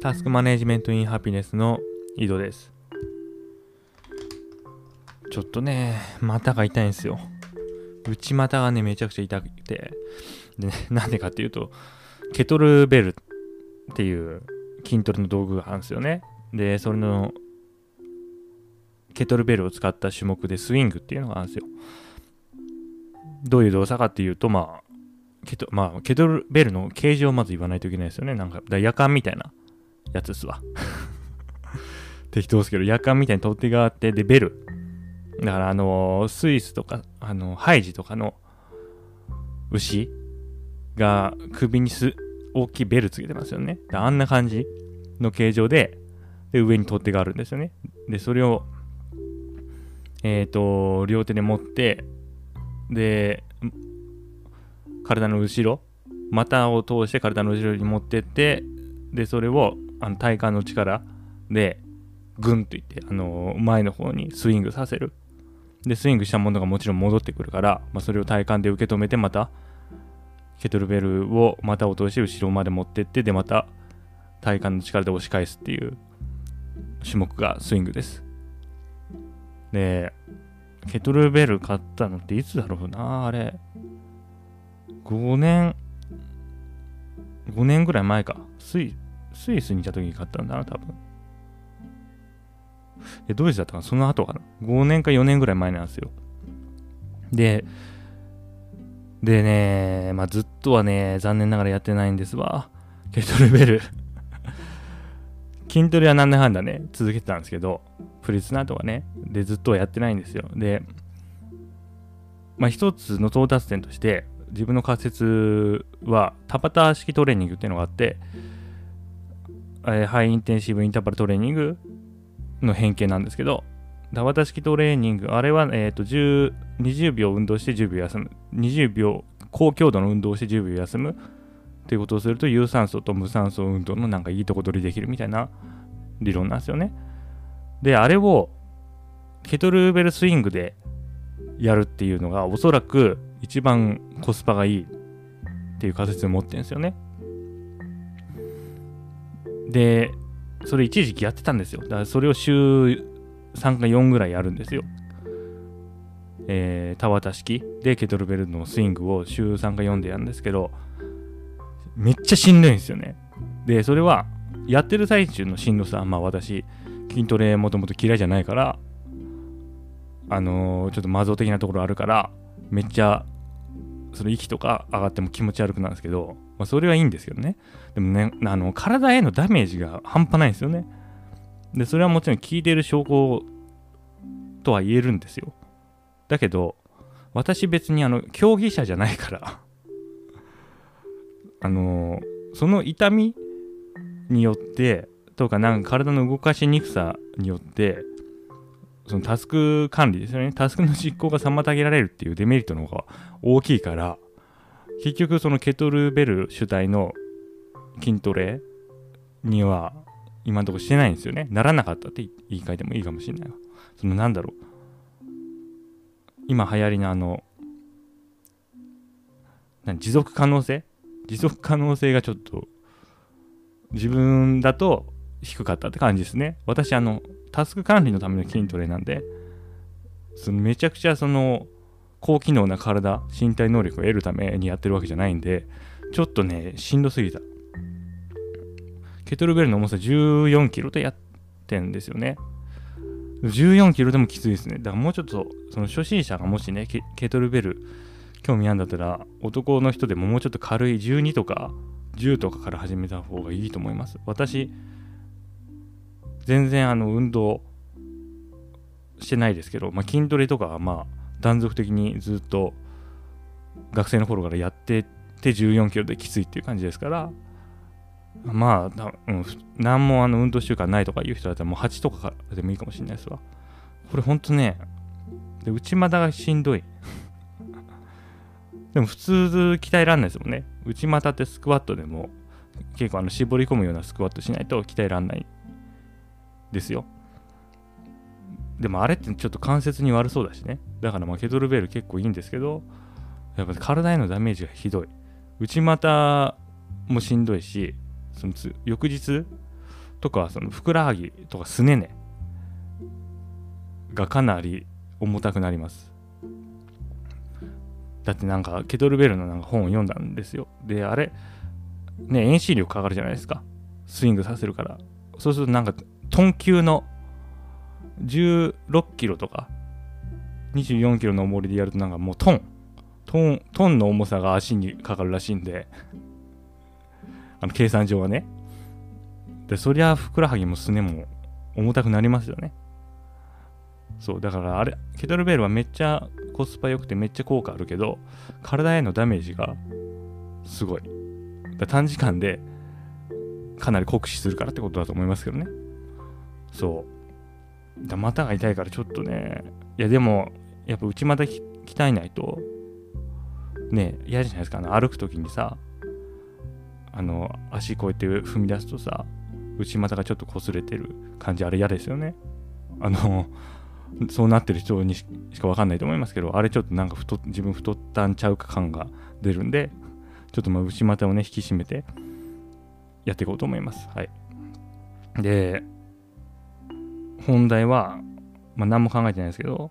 タスクマネジメントインハピネスの井戸です。ちょっとね、股が痛いんですよ。内股がね、めちゃくちゃ痛くて。でね、なんでかっていうと、ケトルベルっていう筋トレの道具があるんですよね。で、それのケトルベルを使った種目でスイングっていうのがあるんですよ。どういう動作かっていうと、ケトルベルの形状をまず言わないといけないですよね。なんか、夜間みたいなやつですわ。適当ですけど、夜間みたいに取っ手があって、で、ベル。だからスイスとか、ハイジとかの牛が首に大きいベルつけてますよね。あんな感じの形状で、上に取っ手があるんですよね。で、それを、両手で持って、で、体の後ろ、股を通して体の後ろに持ってって、で、それを体幹の力で、グンといって、前の方にスイングさせる。で、スイングしたものがもちろん戻ってくるから、それを体幹で受け止めて、また、ケトルベルを股を通して後ろまで持ってって、で、また、体幹の力で押し返すっていう種目がスイングです。で、ケトルベル買ったのっていつだろうな、あれ。5年ぐらい前か。スイスにいた時に買ったんだな、多分。ドイツだったかな、その後かな。5年か4年ぐらい前なんですよ。でね、ずっとはね、残念ながらやってないんですわ。ケトルベル。筋トレは何年半だね、続けてたんですけど、プリツナとかね、で、ずっとはやってないんですよ。で、一つの到達点として、自分の仮説は、田畑式トレーニングっていうのがあって、ハイインテンシブインターバルトレーニングの変形なんですけど、田畑式トレーニング、あれは、20秒運動して10秒休む。20秒、高強度の運動をして10秒休む。っていうことをすると、有酸素と無酸素運動のなんかいいとこ取りできるみたいな理論なんですよね。で、あれを、ケトルベルスイングでやるっていうのが、おそらく一番コスパがいいっていう仮説を持ってるんですよね。で、それ一時期やってたんですよ。だからそれを週3か4ぐらいやるんですよ。田畑式でケトルベルのスイングを週3か4でやるんですけど、めっちゃしんどいんですよね。で、それはやってる最中のしんどさ、私、筋トレもともと嫌いじゃないから、ちょっとマゾ的なところあるから、めっちゃ、その息とか上がっても気持ち悪くなるんですけど、それはいいんですけどね。でもね、体へのダメージが半端ないんですよね。で、それはもちろん効いている証拠とは言えるんですよ。だけど、私別に競技者じゃないからその痛みによってとか、なんか体の動かしにくさによって、そのタスク管理ですよね。タスクの実行が妨げられるっていうデメリットの方が大きいから、結局そのケトルベル主体の筋トレには今のところしてないんですよね。ならなかったって言い換えてもいいかもしれないわ。その今流行りの持続可能性がちょっと自分だと低かったって感じですね。私タスク管理のための筋トレなんで、めちゃくちゃ高機能な身体能力を得るためにやってるわけじゃないんで、ちょっとねしんどすぎた。ケトルベルの重さ14キロでやってんですよね。14キロでもきついですね。だからもうちょっとその初心者がもしねケトルベル興味あるんだったら、男の人でももうちょっと軽い12とか10とかから始めた方がいいと思います。私全然運動してないですけど、筋トレとかは断続的にずっと学生の頃からやってて14キロできついっていう感じですから、何も運動習慣ないとかいう人だったらもう8とかからでもいいかもしれないですわ。これほんとね、で内股がしんどい。でも普通鍛えらんないですもんね。内股ってスクワットでも結構絞り込むようなスクワットしないと鍛えらんないですよ。でもあれってちょっと関節に悪そうだしね。だからケトルベル結構いいんですけど、やっぱ体へのダメージがひどい。内股もしんどいし、その翌日とかそのふくらはぎとかすねねがかなり重たくなります。だってなんかケトルベルのなんか本を読んだんですよ。であれね、遠心力かかるじゃないですか、スイングさせるから。そうするとなんかトン級の16キロとか24キロの重りでやるとなんかもうトンの重さが足にかかるらしいんで計算上はね。でそりゃふくらはぎもすねも重たくなりますよね。そうだからあれケトルベルはめっちゃコスパ良くてめっちゃ効果あるけど、体へのダメージがすごい。短時間でかなり酷使するからってことだと思いますけどね。そう股が痛いからちょっとね、いやでもやっぱ内股鍛えないとね嫌じゃないですか。歩くときにさ足こうやって踏み出すとさ内股がちょっと擦れてる感じ、あれ嫌ですよね。そうなってる人にしか分かんないと思いますけど、あれちょっとなんか自分太ったんちゃうか感が出るんで、ちょっと内股をね引き締めてやっていこうと思います。はい。で本題は何も考えてないですけど、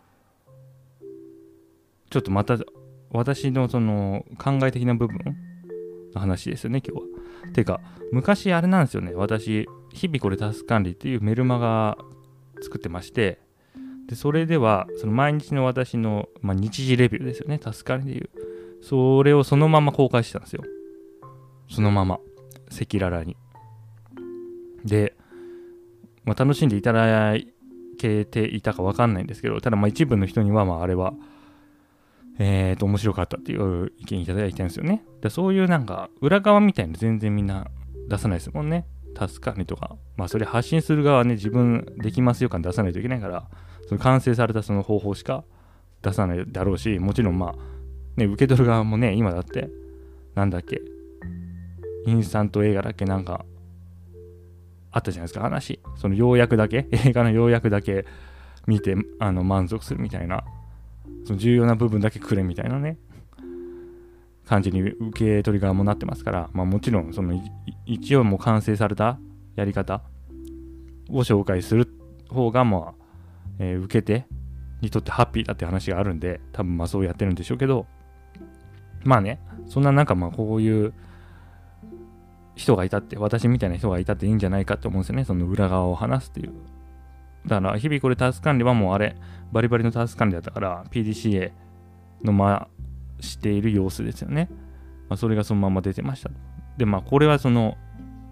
ちょっとまた私のその考え的な部分の話ですよね今日は。てか昔あれなんですよね、私日々これタスク管理っていうメルマガ作ってまして、でそれではその毎日の私の、日時レビューですよね、タスク管理でいう、それをそのまま公開してたんですよ。そのまま赤裸々に。で、楽しんでいただけていたか分かんないんですけど、ただ一部の人にはあれは面白かったっていう意見いただいたんですよね。でそういうなんか裏側みたいな全然みんな出さないですもんね。タスク管理とかそれ発信する側はね、自分できますよ感出さないといけないから、その完成されたその方法しか出さないだろうし、もちろん受け取る側もね、今だってなんだっけインスタント映画だっけなんかあったじゃないですか話。その要約だけ映画の要約だけ見て満足するみたいな、その重要な部分だけくれみたいなね感じに受け取り側もなってますから、もちろんその一応もう完成されたやり方を紹介する方が受け手にとってハッピーだって話があるんで、多分そうやってるんでしょうけど、そんな中こういう人がいたって、私みたいな人がいたっていいんじゃないかって思うんですよね。その裏側を話すっていう。だから日々これタスク管理はもうあれバリバリのタスク管理だったから PDCA のしている様子ですよね。それがそのまま出てました。でこれはその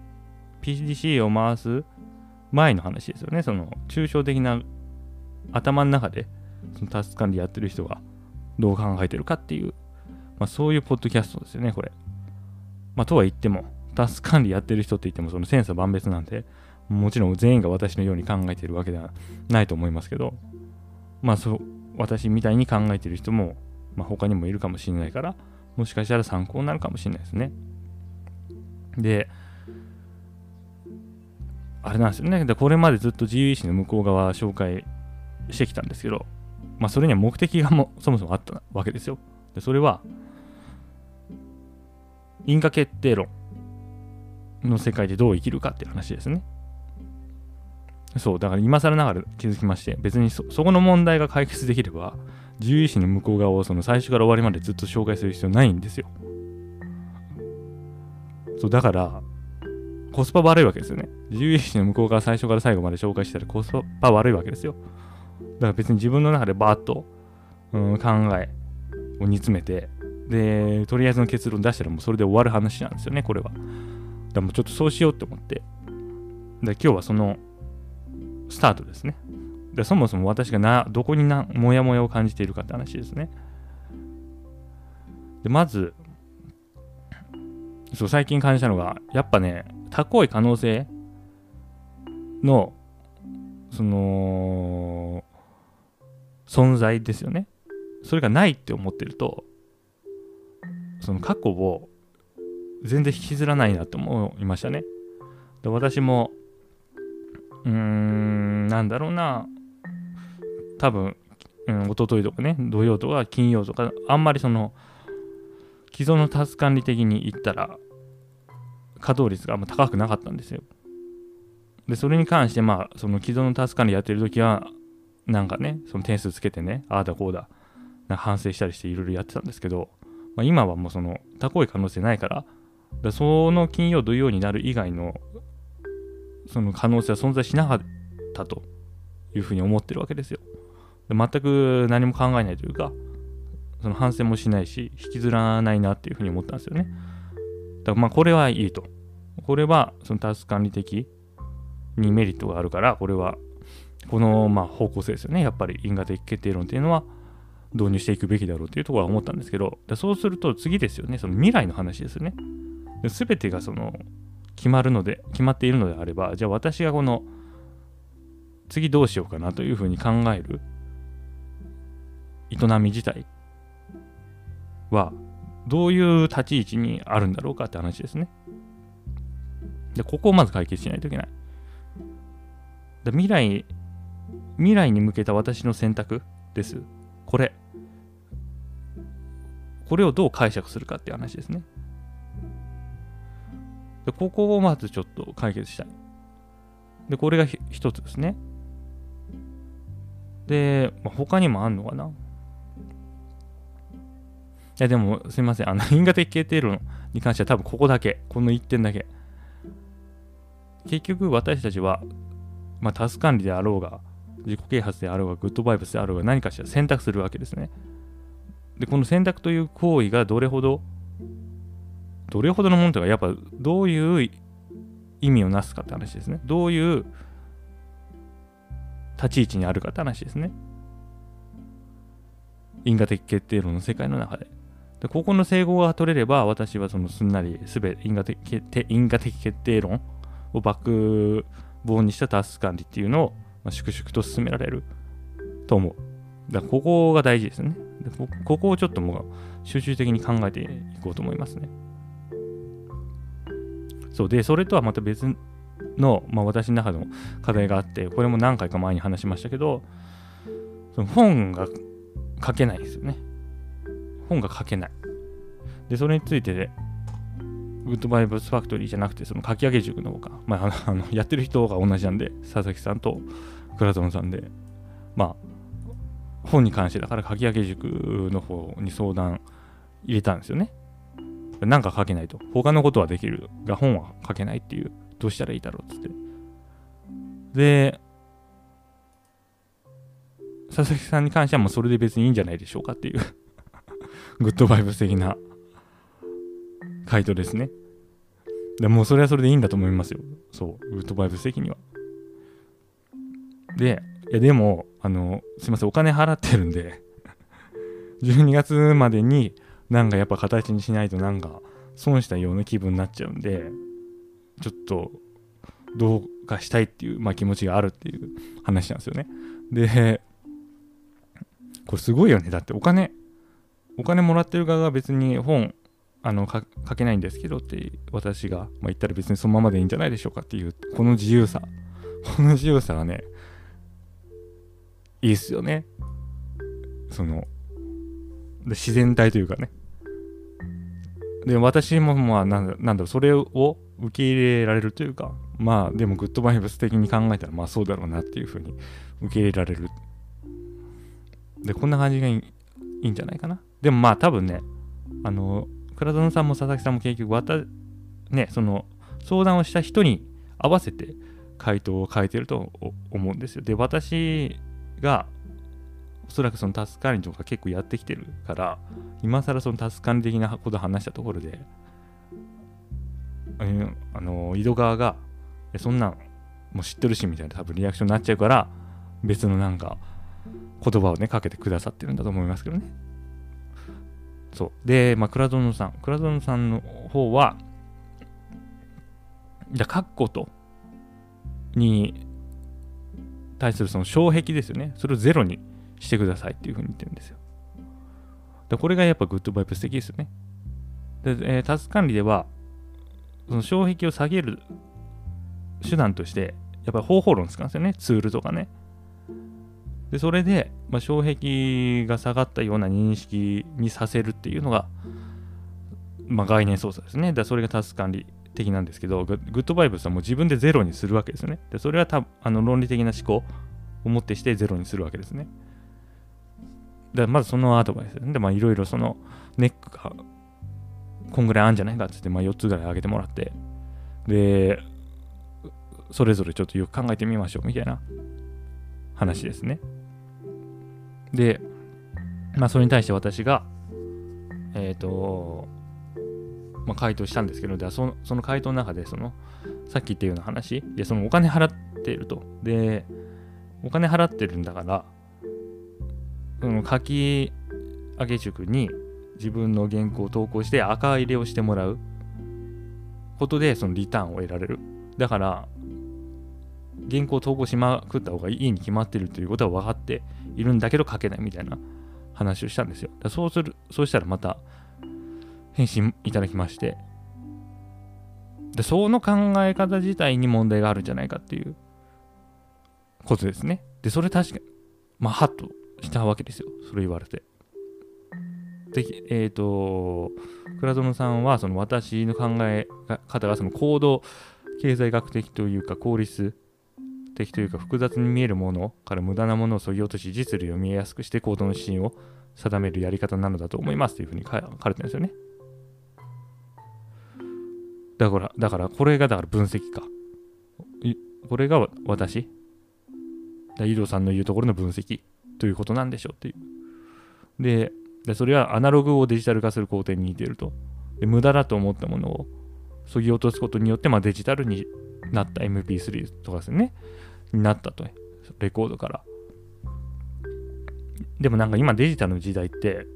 PDCA を回す前の話ですよね。その抽象的な頭の中でそのタスク管理やってる人がどう考えてるかっていう、そういうポッドキャストですよねこれ。とは言ってもタスク管理やってる人って言ってもその千差万別なんで、もちろん全員が私のように考えているわけではないと思いますけど、私みたいに考えている人も、他にもいるかもしれないから、もしかしたら参考になるかもしれないですね。で、あれなんですよね。でこれまでずっと自由意志の向こう側紹介してきたんですけど、それには目的がそもそもあったわけですよ。でそれは因果決定論の世界でどう生きるかっていう話ですね。そうだから今更ながら気づきまして、別にそこの問題が解決できれば自由意志の向こう側をその最初から終わりまでずっと紹介する必要ないんですよ。そうだからコスパ悪いわけですよね。自由意志の向こう側最初から最後まで紹介したらコスパ悪いわけですよ。だから別に自分の中でバーッと、考えを煮詰めて、でとりあえずの結論出したらもうそれで終わる話なんですよねこれは。だからもうちょっとそうしようと思って、で今日はそのスタートですね。でそもそも私がどこにモヤモヤを感じているかって話ですね。でまず最近感じたのがやっぱね、高い可能性のその存在ですよね。それがないって思ってると、その過去を全然引きずらないなって思いましたね。で私もなんだろうな、多分、一昨日とかね、土曜とか金曜とか、あんまりその既存のタスク管理的に言ったら稼働率があんま高くなかったんですよ。 で、それに関して、その既存のタスク管理やってるときは、なんかね、その点数つけてね、ああだこうだ、なんか反省したりしていろいろやってたんですけど、今はもうその、他行為可能性ないから、その金曜土曜になる以外の、その可能性は存在しなかったというふうに思ってるわけですよ。で、全く何も考えないというか、その反省もしないし、引きずらないなっていうふうに思ったんですよね。だからこれはいいと。これはそのタスク管理的にメリットがあるから、これはこの方向性ですよね。やっぱり因果的決定論っていうのは導入していくべきだろうというところは思ったんですけど、そうすると次ですよね。その未来の話ですよね。全てがその決まっているのであれば、じゃあ私がこの次どうしようかなというふうに考える営み自体はどういう立ち位置にあるんだろうかって話ですね。で、ここをまず解決しないといけない。で、未来に向けた私の選択です。これをどう解釈するかっていう話ですね。で、ここをまずちょっと解決したい。で、これが一つですね。で、他にもあんのかな。いや、でもすいません。因果的決定論に関しては多分ここだけ、この一点だけ。結局私たちは、タスク管理であろうが、自己啓発であろうが、グッドバイブスであろうが、何かしら選択するわけですね。で、この選択という行為がどれほどのものというか、やっぱどういう意味をなすかって話ですね。どういう立ち位置にあるかって話ですね。因果的決定論の世界の中で。で、ここの整合が取れれば、私はそのすんなりすべて因果的決定論をバックボーンにしたタスク管理っていうのを、粛々と進められると思う。だからここが大事ですね。で、ここをちょっともう集中的に考えていこうと思いますね。そうで、それとはまた別の、私の中の課題があって、これも何回か前に話しましたけど、その本が書けないですよね。本が書けない。で、それについてで、グッドバイブスファクトリーじゃなくて、その書き上げ塾の方か、やってる人が同じなんで、佐々木さんと倉園さんで、本に関してだから書き上げ塾の方に相談入れたんですよね。なんか書けないと。他のことはできるが本は書けないっていう、どうしたらいいだろうっつって。で、佐々木さんに関してはもうそれで別にいいんじゃないでしょうかっていうグッドバイブス的な回答ですね。でもうそれはそれでいいんだと思いますよ。そう、グッドバイブス的には。で、でも、すいません、お金払ってるんで12月までになんかやっぱ形にしないとなんか損したような気分になっちゃうんで、ちょっとどうかしたいっていう、気持ちがあるっていう話なんですよね。で、これすごいよね。だってお金もらってる側が別に本書けないんですけどって私が、言ったら別にそのままでいいんじゃないでしょうかっていうこの自由さがね、いいっすよね。そので自然体というかね。で、私もなんだろう、それを受け入れられるというか、でもグッドバイブス的に考えたらそうだろうなっていうふうに受け入れられる。で、こんな感じがいいんじゃないかな。でも多分ね、倉園さんも佐々木さんも結局その相談をした人に合わせて回答を変えてると思うんですよ。で、私がおそらくそのタスク管理とか結構やってきてるから、今更そのタスク管理的なことを話したところで、井戸側がそんなんもう知ってるしみたいな多分リアクションになっちゃうから、別のなんか言葉をねかけてくださってるんだと思いますけどね。そうで、倉園さんの方はじゃあ書くことに対するその障壁ですよね、それをゼロにしてくださいっていうふうに言ってるんですよ。で、これがやっぱグッドバイブス的ですよね。で、タスク管理ではその障壁を下げる手段としてやっぱり方法論使うんですよね、ツールとかね。で、それで、障壁が下がったような認識にさせるっていうのが、概念操作ですね。それがタスク管理的なんですけど、グッドバイブスはもう自分でゼロにするわけですよね。でそれは論理的な思考をもってしてゼロにするわけですね。でまずそのアドバイスで、いろいろそのネックがこんぐらいあるんじゃないかって言って、4つぐらい挙げてもらって、でそれぞれちょっとよく考えてみましょうみたいな話ですね。でそれに対して私が回答したんですけど、でその回答の中でさっき言ったような話で、そのお金払っていると。でお金払ってるんだから、書き上げ塾に自分の原稿を投稿して赤入れをしてもらうことでそのリターンを得られる。だから原稿を投稿しまくった方がいいに決まってるということは分かっているんだけど書けないみたいな話をしたんですよ。そうしたらまた返信いただきまして、でその考え方自体に問題があるんじゃないかっていうことですね。でそれ確かにハッとしたわけですよ、それ言われて。で倉園さんはその私の考え方がその行動経済学的というか効率的というか複雑に見えるものから無駄なものを削ぎ落とし、実利を見えやすくして行動の指針を定めるやり方なのだと思いますというふうに書かれてるんですよね。だからこれが分析か。これが私井戸さんの言うところの分析ということなんでしょうっていう。でそれはアナログをデジタル化する工程に似ていると。で無駄だと思ったものを削ぎ落とすことによってデジタルになった MP3 とかですねになったと、レコードから。でも今デジタルの時代って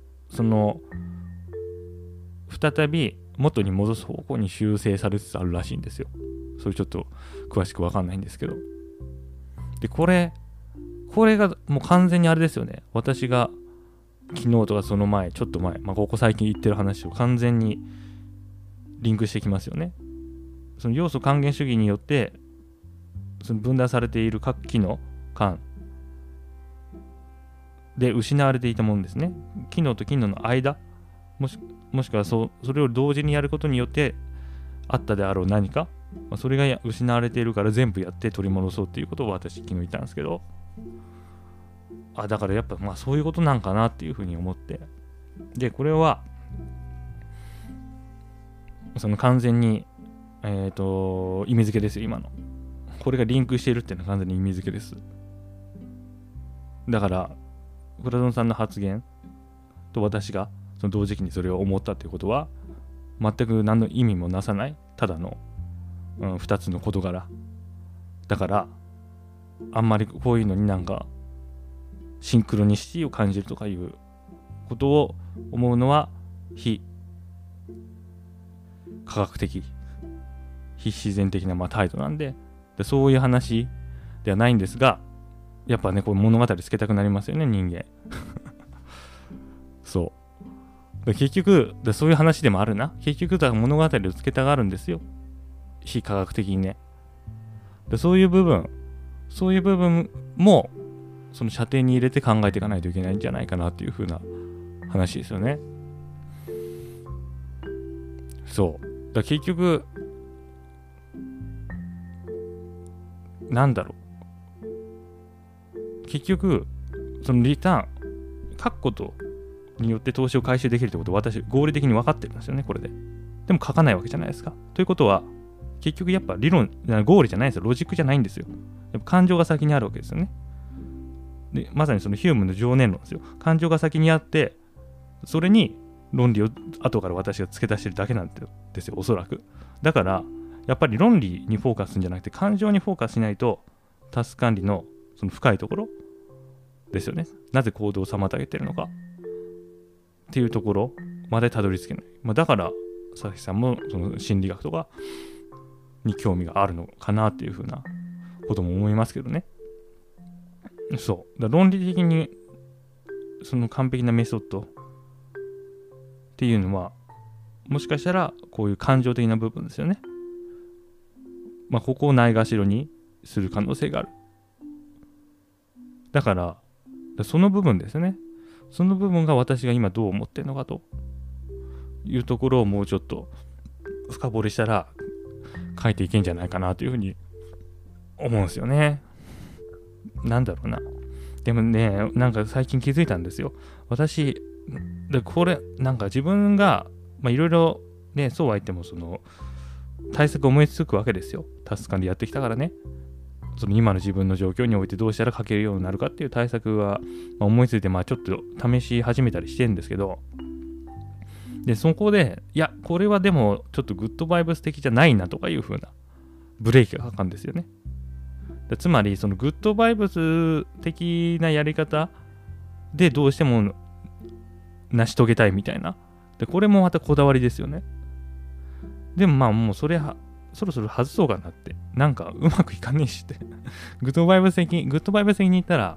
再び元に戻す方向に修正されつつあるらしいんですよ。それちょっと詳しく分かんないんですけど。でこれがもう完全にあれですよね。私が昨日とかその前ちょっと前、ここ最近言ってる話を完全にリンクしてきますよね。その要素還元主義によってその分断されている各機能間で失われていたものですね。機能と機能の間、もしくはそれを同時にやることによってあったであろう何か、それが失われているから全部やって取り戻そうっていうことを私昨日言ったんですけど、だからやっぱそういうことなんかなっていうふうに思って、でこれはその完全に意味付けですよ。今のこれがリンクしているっていうのは完全に意味付けです。だから倉園さんの発言と私がその同時期にそれを思ったっていうことは全く何の意味もなさないただの、2つの事柄だから、あんまりこういうのにシンクロニシティを感じるとかいうことを思うのは非科学的非自然的な態度なんで、そういう話ではないんですが、やっぱねこう物語つけたくなりますよね、人間そうで結局そういう話でもあるな。結局物語をつけたがるんですよ、非科学的にね。でそういう部分もその射程に入れて考えていかないといけないんじゃないかなっていう風な話ですよね。そうだ結局結局そのリターン書くことによって投資を回収できるってことを私合理的に分かってるんですよね、これで。でも書かないわけじゃないですか。ということは結局やっぱ理論合理じゃないですよ、ロジックじゃないんですよ。やっぱ感情が先にあるわけですよね。でまさにそのヒュームの情念論ですよ。感情が先にあってそれに論理を後から私が付け足してるだけなんですよ、おそらく。だからやっぱり論理にフォーカスするんじゃなくて感情にフォーカスしないとタスク管理のその深いところですよね。なぜ行動を妨げてるのかっていうところまでたどり着けない。だから佐々木さんもその心理学とかに興味があるのかなっていうふうなことも思いますけどね。だ論理的にその完璧なメソッドっていうのはもしかしたらこういう感情的な部分ですよね。ここをないがしろにする可能性がある。だからその部分ですね。その部分が私が今どう思ってるのかというところをもうちょっと深掘りしたら書いていけんじゃないかなというふうに思うんですよね。なんだろうな。でもね、なんか最近気づいたんですよ。私、でこれ、なんか自分が、いろいろね、そうは言っても、その、対策思いつくわけですよ。タスク管理やってきたからね。その今の自分の状況においてどうしたら書けるようになるかっていう対策は、思いついて、ちょっと試し始めたりしてるんですけど、で、そこで、いや、これはでも、ちょっとグッドバイブス的じゃないなとかいう風なブレーキがかかるんですよね。つまり、そのグッドバイブス的なやり方でどうしても成し遂げたいみたいな。で、これもまたこだわりですよね。でももうそれは、そろそろ外そうかなって。なんかうまくいかねえしって。グッドバイブス的に行ったら、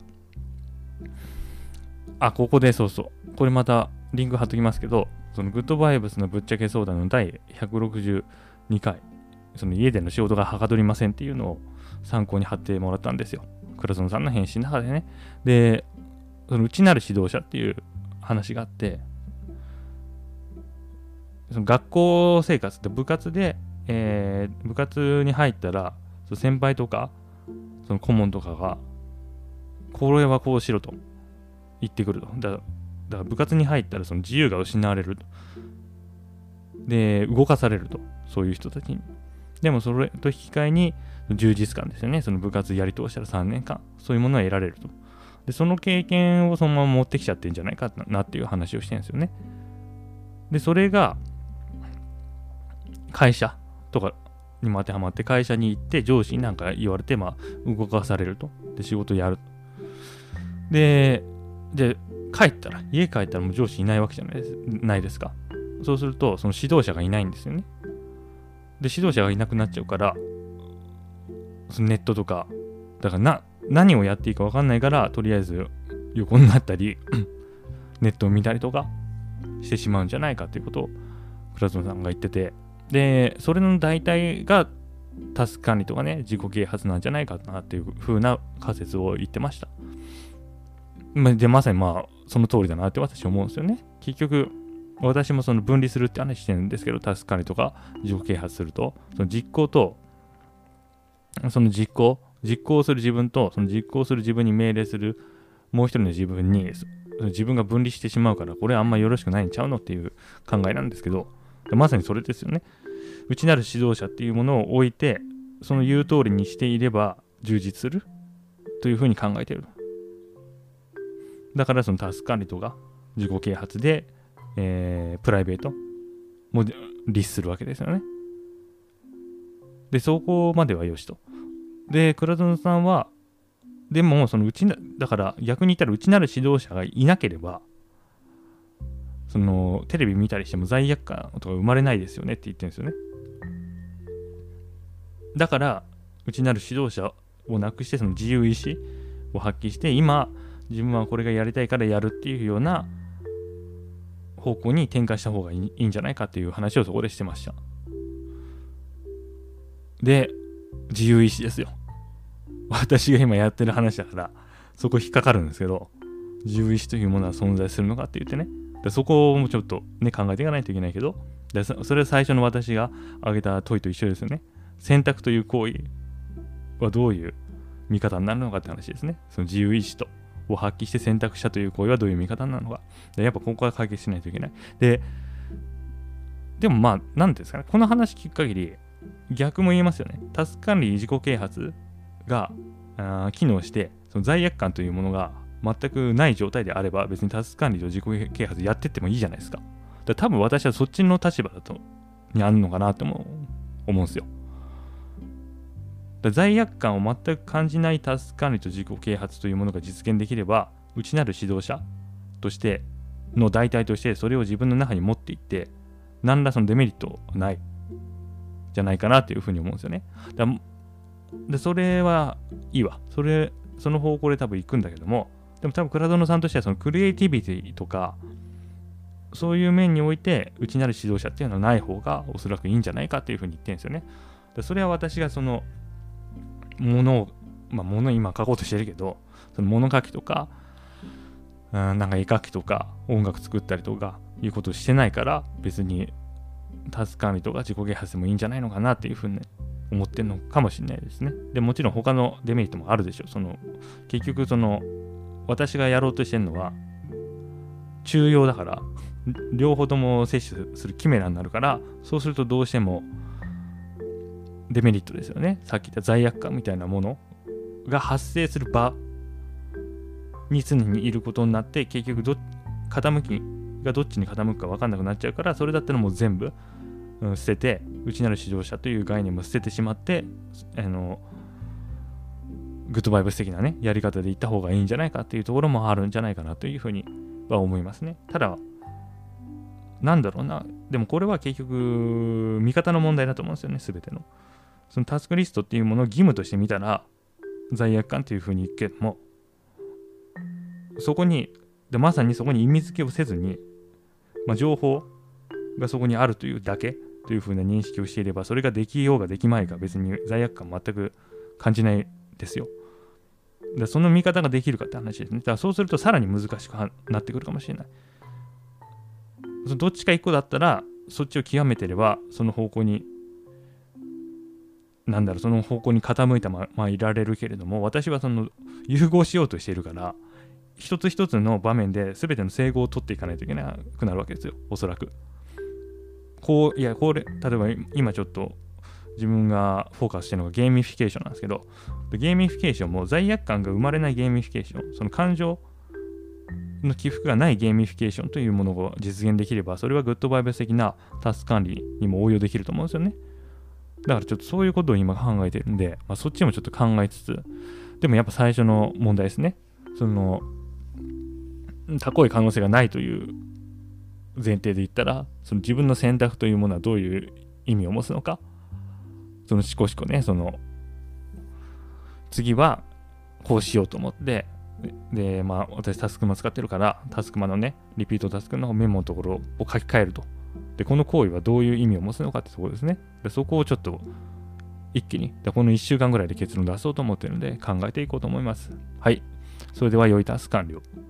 ここでそうそう。これまたリンク貼っときますけど、そのグッドバイブスのぶっちゃけ相談の第162回、その家での仕事がはかどりませんっていうのを参考に貼ってもらったんですよ。倉園さんの返信の中でね。で、その内なる指導者っていう話があって、その学校生活って部活で、部活に入ったら、その先輩とか、その顧問とかが、これはこうしろと言ってくると。だから部活に入ったらその自由が失われると。で、動かされると。そういう人たちに。でもそれと引き換えに充実感ですよね。その部活やり通したら3年間、そういうものを得られると。で、その経験をそのまま持ってきちゃってんじゃないかなっていう話をしてるんですよね。で、それが、会社とかにも当てはまって、会社に行って上司になんか言われて、動かされると。で、仕事やる。で、家帰ったらもう上司いないわけじゃないですか。そうすると、その指導者がいないんですよね。で、指導者がいなくなっちゃうから、そのネットとか、だから何をやっていいか分かんないから、とりあえず横になったり、ネットを見たりとかしてしまうんじゃないかということを、倉園さんが言ってて、で、それの代替がタスク管理とかね、自己啓発なんじゃないかなっていう風な仮説を言ってました。で、まさにその通りだなって私は思うんですよね。結局、私もその分離するって話してるんですけど、タスク管理とか自己啓発すると、その実行と、その実行する自分と、その実行する自分に命令するもう一人の自分に、自分が分離してしまうから、これあんまよろしくないんちゃうのっていう考えなんですけど、まさにそれですよね。内なる指導者っていうものを置いて、その言う通りにしていれば充実するというふうに考えている。だからそのタスク管理とか自己啓発で、プライベートも律するわけですよね。で、そこまではよしと。で、倉園さんは、でもだから逆に言ったら内なる指導者がいなければ、そのテレビ見たりしても罪悪感とか生まれないですよねって言ってるんですよね。だから内なる指導者をなくして、その自由意志を発揮して、今自分はこれがやりたいからやるっていうような方向に転換した方がいいんじゃないかっていう話をそこでしてました。で、自由意志ですよ。私が今やってる話だからそこ引っかかるんですけど、自由意志というものは存在するのかって言ってね、でそこもちょっとね考えていかないといけないけど、でそれは最初の私が挙げた問いと一緒ですよね。選択という行為はどういう見方になるのかって話ですね。その自由意志を発揮して選択したという行為はどういう見方になるのか。でやっぱここは解決しないといけない。でもなんですかね、この話聞く限り逆も言えますよね。タスク管理自己啓発が機能して、その罪悪感というものが全くない状態であれば、別にタスク管理と自己啓発やってってもいいじゃないですか。多分私はそっちの立場にあるのかなとも思うんですよ。罪悪感を全く感じないタスク管理と自己啓発というものが実現できれば、内なる指導者としての代替としてそれを自分の中に持っていって、何らそのデメリットはないじゃないかなというふうに思うんですよね。でそれはいいわ。その方向で多分行くんだけども、でも多分倉園さんとしてはそのクリエイティビティとかそういう面において内なる指導者っていうのはない方がおそらくいいんじゃないかっていうふうに言ってるんですよね。でそれは私がその物今書こうとしてるけど、その物書きとかなんか絵描きとか音楽作ったりとかいうことをしてないから、別にタスク管理とか自己啓発でもいいんじゃないのかなっていうふうに思ってるのかもしれないですね。でもちろん他のデメリットもあるでしょう。結局私がやろうとしてるのは中庸だから、両方とも摂取するキメラになるから、そうするとどうしてもデメリットですよね。さっき言った罪悪感みたいなものが発生する場に常にいることになって、結局傾きがどっちに傾くか分かんなくなっちゃうから、それだったらもう全部、捨てて、内なる指導者という概念も捨ててしまって、グッドバイブス的なねやり方でいった方がいいんじゃないかっていうところもあるんじゃないかなというふうには思いますね。ただなんだろうな、でもこれは結局見方の問題だと思うんですよね。全てのそのタスクリストっていうものを義務として見たら罪悪感というふうに言うけども、まさにそこに意味付けをせずに、情報がそこにあるというだけというふうな認識をしていれば、それができようができまいが別に罪悪感全く感じないですよ。その見方ができるかって話ですね。だからそうするとさらに難しくなってくるかもしれない。どっちか一個だったらそっちを極めてればその方向に傾いたままいられるけれども、私は融合しようとしているから、一つ一つの場面で全ての整合を取っていかないといけなくなるわけですよ、おそらく。例えば今ちょっと自分がフォーカスしてるのがゲーミフィケーションなんですけど、ゲーミフィケーションも罪悪感が生まれないゲーミフィケーション、その感情の起伏がないゲーミフィケーションというものが実現できれば、それはグッドバイブス的なタスク管理にも応用できると思うんですよね。だからちょっとそういうことを今考えてるんで、そっちもちょっと考えつつ、でもやっぱ最初の問題ですね。多行為可能性がないという前提で言ったら、自分の選択というものはどういう意味を持つのか、しこしこね、次はこうしようと思って、で、私タスクマ使ってるから、タスクマのね、リピートタスクのメモのところを書き換えると。で、この行為はどういう意味を持つのかってところですね。で、そこをちょっと一気に、この1週間ぐらいで結論出そうと思ってるので考えていこうと思います。はい。それでは良いタスク完了。